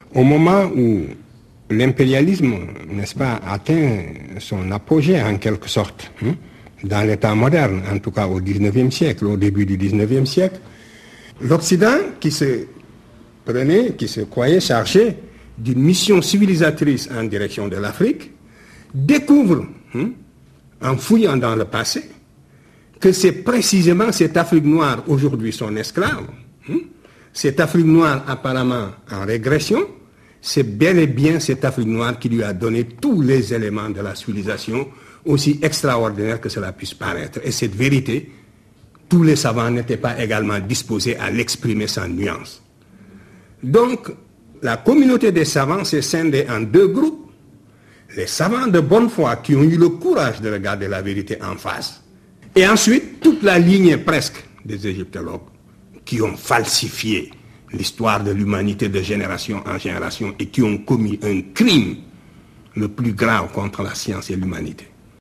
Au moment où l'impérialisme, n'est-ce pas, atteint son apogée en quelque sorte, dans l'état moderne, en tout cas au XIXe siècle, au début du XIXe siècle, l'Occident qui se croyait chargé d'une mission civilisatrice en direction de l'Afrique, découvre, en fouillant dans le passé, que c'est précisément cette Afrique noire, aujourd'hui son esclave, cette Afrique noire apparemment en régression, c'est bel et bien cette Afrique noire qui lui a donné tous les éléments de la civilisation, aussi extraordinaire que cela puisse paraître. Et cette vérité, tous les savants n'étaient pas également disposés à l'exprimer sans nuance. Donc, la communauté des savants s'est scindée en deux groupes. Les savants de bonne foi qui ont eu le courage de regarder la vérité en face. Et ensuite, toute la lignée presque des égyptologues qui ont falsifié l'histoire de l'humanité de génération en génération et qui ont commis un crime le plus grave contre la science et l'humanité.